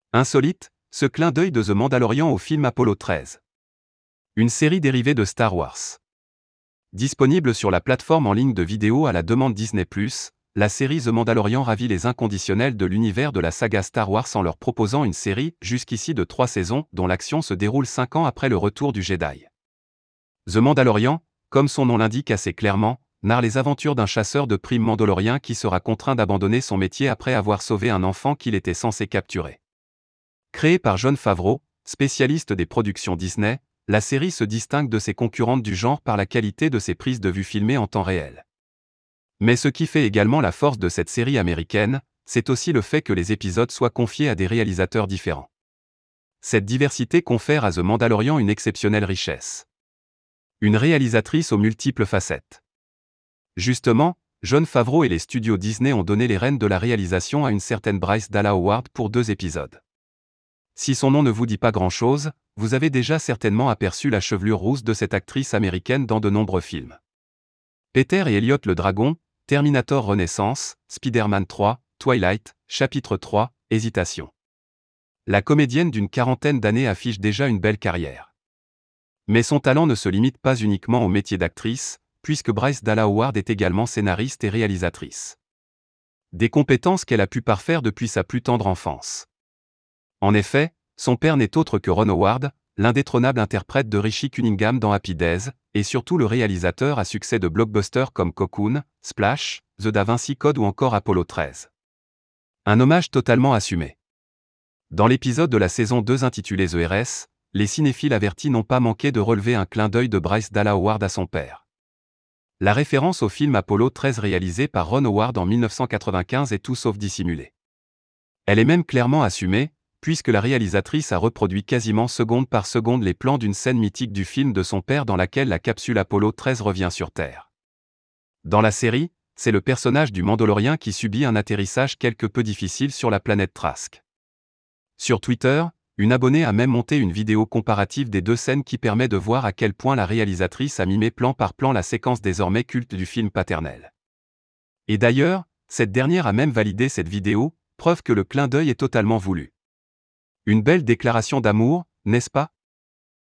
Insolite, ce clin d'œil de The Mandalorian au film Apollo 13. Une série dérivée de Star Wars. Disponible sur la plateforme en ligne de vidéo à la demande Disney+, la série The Mandalorian ravit les inconditionnels de l'univers de la saga Star Wars en leur proposant une série, jusqu'ici de 3 saisons, dont l'action se déroule 5 ans après le retour du Jedi. The Mandalorian, comme son nom l'indique assez clairement, narre les aventures d'un chasseur de primes mandalorien qui sera contraint d'abandonner son métier après avoir sauvé un enfant qu'il était censé capturer. Créée par Jon Favreau, spécialiste des productions Disney, la série se distingue de ses concurrentes du genre par la qualité de ses prises de vue filmées en temps réel. Mais ce qui fait également la force de cette série américaine, c'est aussi le fait que les épisodes soient confiés à des réalisateurs différents. Cette diversité confère à The Mandalorian une exceptionnelle richesse. Une réalisatrice aux multiples facettes. Justement, Jon Favreau et les studios Disney ont donné les rênes de la réalisation à une certaine Bryce Dallas Howard pour 2 épisodes. Si son nom ne vous dit pas grand-chose, vous avez déjà certainement aperçu la chevelure rousse de cette actrice américaine dans de nombreux films. Peter et Elliot le Dragon, Terminator Renaissance, Spider-Man 3, Twilight, chapitre 3, Hésitation. La comédienne d'une quarantaine d'années affiche déjà une belle carrière. Mais son talent ne se limite pas uniquement au métier d'actrice, puisque Bryce Dallas Howard est également scénariste et réalisatrice. Des compétences qu'elle a pu parfaire depuis sa plus tendre enfance. En effet, son père n'est autre que Ron Howard, l'indétrônable interprète de Richie Cunningham dans Happy Days, et surtout le réalisateur à succès de blockbusters comme Cocoon, Splash, The Da Vinci Code ou encore Apollo 13. Un hommage totalement assumé. Dans l'épisode de la saison 2 intitulé The Heiress, les cinéphiles avertis n'ont pas manqué de relever un clin d'œil de Bryce Dallas Howard à son père. La référence au film Apollo 13 réalisé par Ron Howard en 1995 est tout sauf dissimulée. Elle est même clairement assumée, puisque la réalisatrice a reproduit quasiment seconde par seconde les plans d'une scène mythique du film de son père dans laquelle la capsule Apollo 13 revient sur Terre. Dans la série, c'est le personnage du Mandalorien qui subit un atterrissage quelque peu difficile sur la planète Trask. Sur Twitter, une abonnée a même monté une vidéo comparative des 2 scènes qui permet de voir à quel point la réalisatrice a mimé plan par plan la séquence désormais culte du film paternel. Et d'ailleurs, cette dernière a même validé cette vidéo, preuve que le clin d'œil est totalement voulu. Une belle déclaration d'amour, n'est-ce pas ?